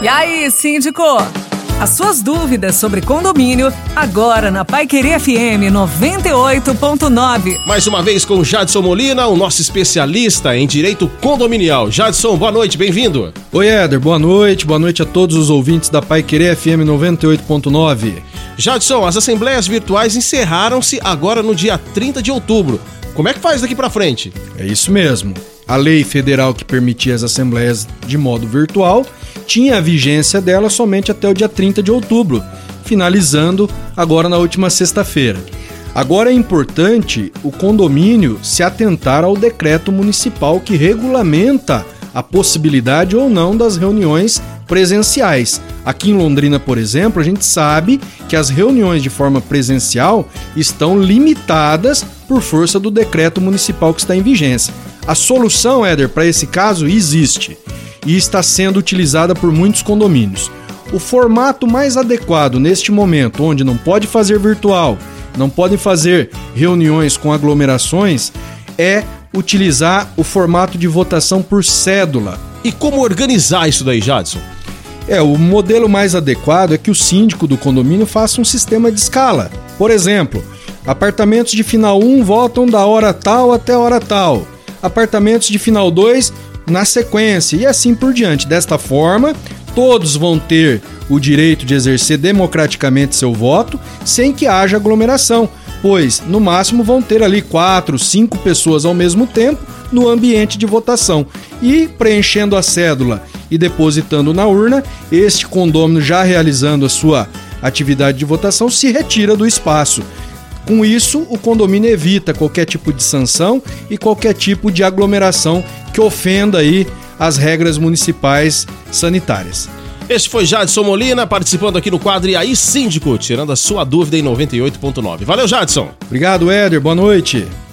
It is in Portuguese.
E aí, síndico? As suas dúvidas sobre condomínio, agora na Paiquerê FM 98.9. Mais uma vez com o Jadson Molina, o nosso especialista em direito condominial. Jadson, boa noite, bem-vindo. Oi, Éder, boa noite a todos os ouvintes da Paiquerê FM 98.9. Jadson, as assembleias virtuais encerraram-se agora no dia 30 de outubro. Como é que faz daqui pra frente? É isso mesmo. A lei federal que permitia as assembleias de modo virtual tinha a vigência dela somente até o dia 30 de outubro, finalizando agora na última sexta-feira. Agora é importante o condomínio se atentar ao decreto municipal que regulamenta a possibilidade ou não das reuniões presenciais. Aqui em Londrina, por exemplo, a gente sabe que as reuniões de forma presencial estão limitadas por força do decreto municipal que está em vigência. A solução, Éder, para esse caso existe e está sendo utilizada por muitos condomínios. O formato mais adequado neste momento, onde não pode fazer virtual, não podem fazer reuniões com aglomerações, é utilizar o formato de votação por cédula. E como organizar isso daí, Jadson? O modelo mais adequado é que o síndico do condomínio faça um sistema de escala. Por exemplo, apartamentos de final 1 votam da hora tal até a hora tal. Apartamentos de final 2 na sequência e assim por diante. Desta forma, todos vão ter o direito de exercer democraticamente seu voto sem que haja aglomeração, pois no máximo vão ter ali 4, 5 pessoas ao mesmo tempo no ambiente de votação. E preenchendo a cédula e depositando na urna, este condômino já realizando a sua atividade de votação se retira do espaço. Com isso, o condomínio evita qualquer tipo de sanção e qualquer tipo de aglomeração que ofenda aí as regras municipais sanitárias. Este foi Jadson Molina participando aqui no quadro E aí, Síndico, tirando a sua dúvida em 98.9. Valeu, Jadson. Obrigado, Éder. Boa noite.